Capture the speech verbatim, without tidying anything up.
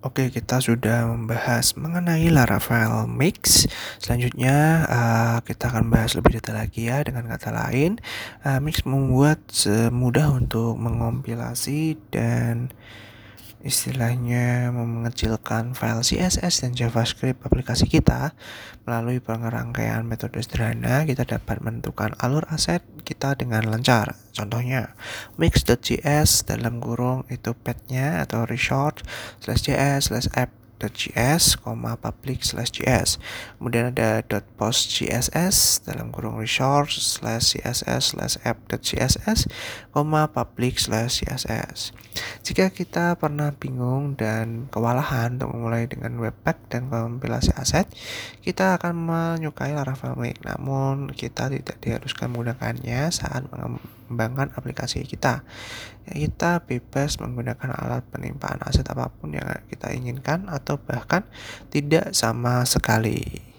Oke, kita sudah membahas mengenai Laravel Mix. Selanjutnya, uh, kita akan bahas lebih detail lagi ya. Dengan kata lain, uh, Mix membuat semudah untuk mengompilasi dan istilahnya mengecilkan file C S S dan JavaScript aplikasi kita. Melalui pengerangkaian metode sederhana, kita dapat menentukan alur aset kita dengan lancar. Contohnya, mix.js dalam kurung itu path-nya atau resource slash js slash app.js, public slash js. Kemudian ada .postcss dalam kurung resource slash css slash app.css, public slash css. Jika kita pernah bingung dan kewalahan untuk memulai dengan webpack dan kompilasi aset, kita akan menyukai Laravel Mix. Namun, kita tidak diharuskan menggunakannya saat mengembangkan aplikasi kita. Kita bebas menggunakan alat penimpaan aset apapun yang kita inginkan atau bahkan tidak sama sekali.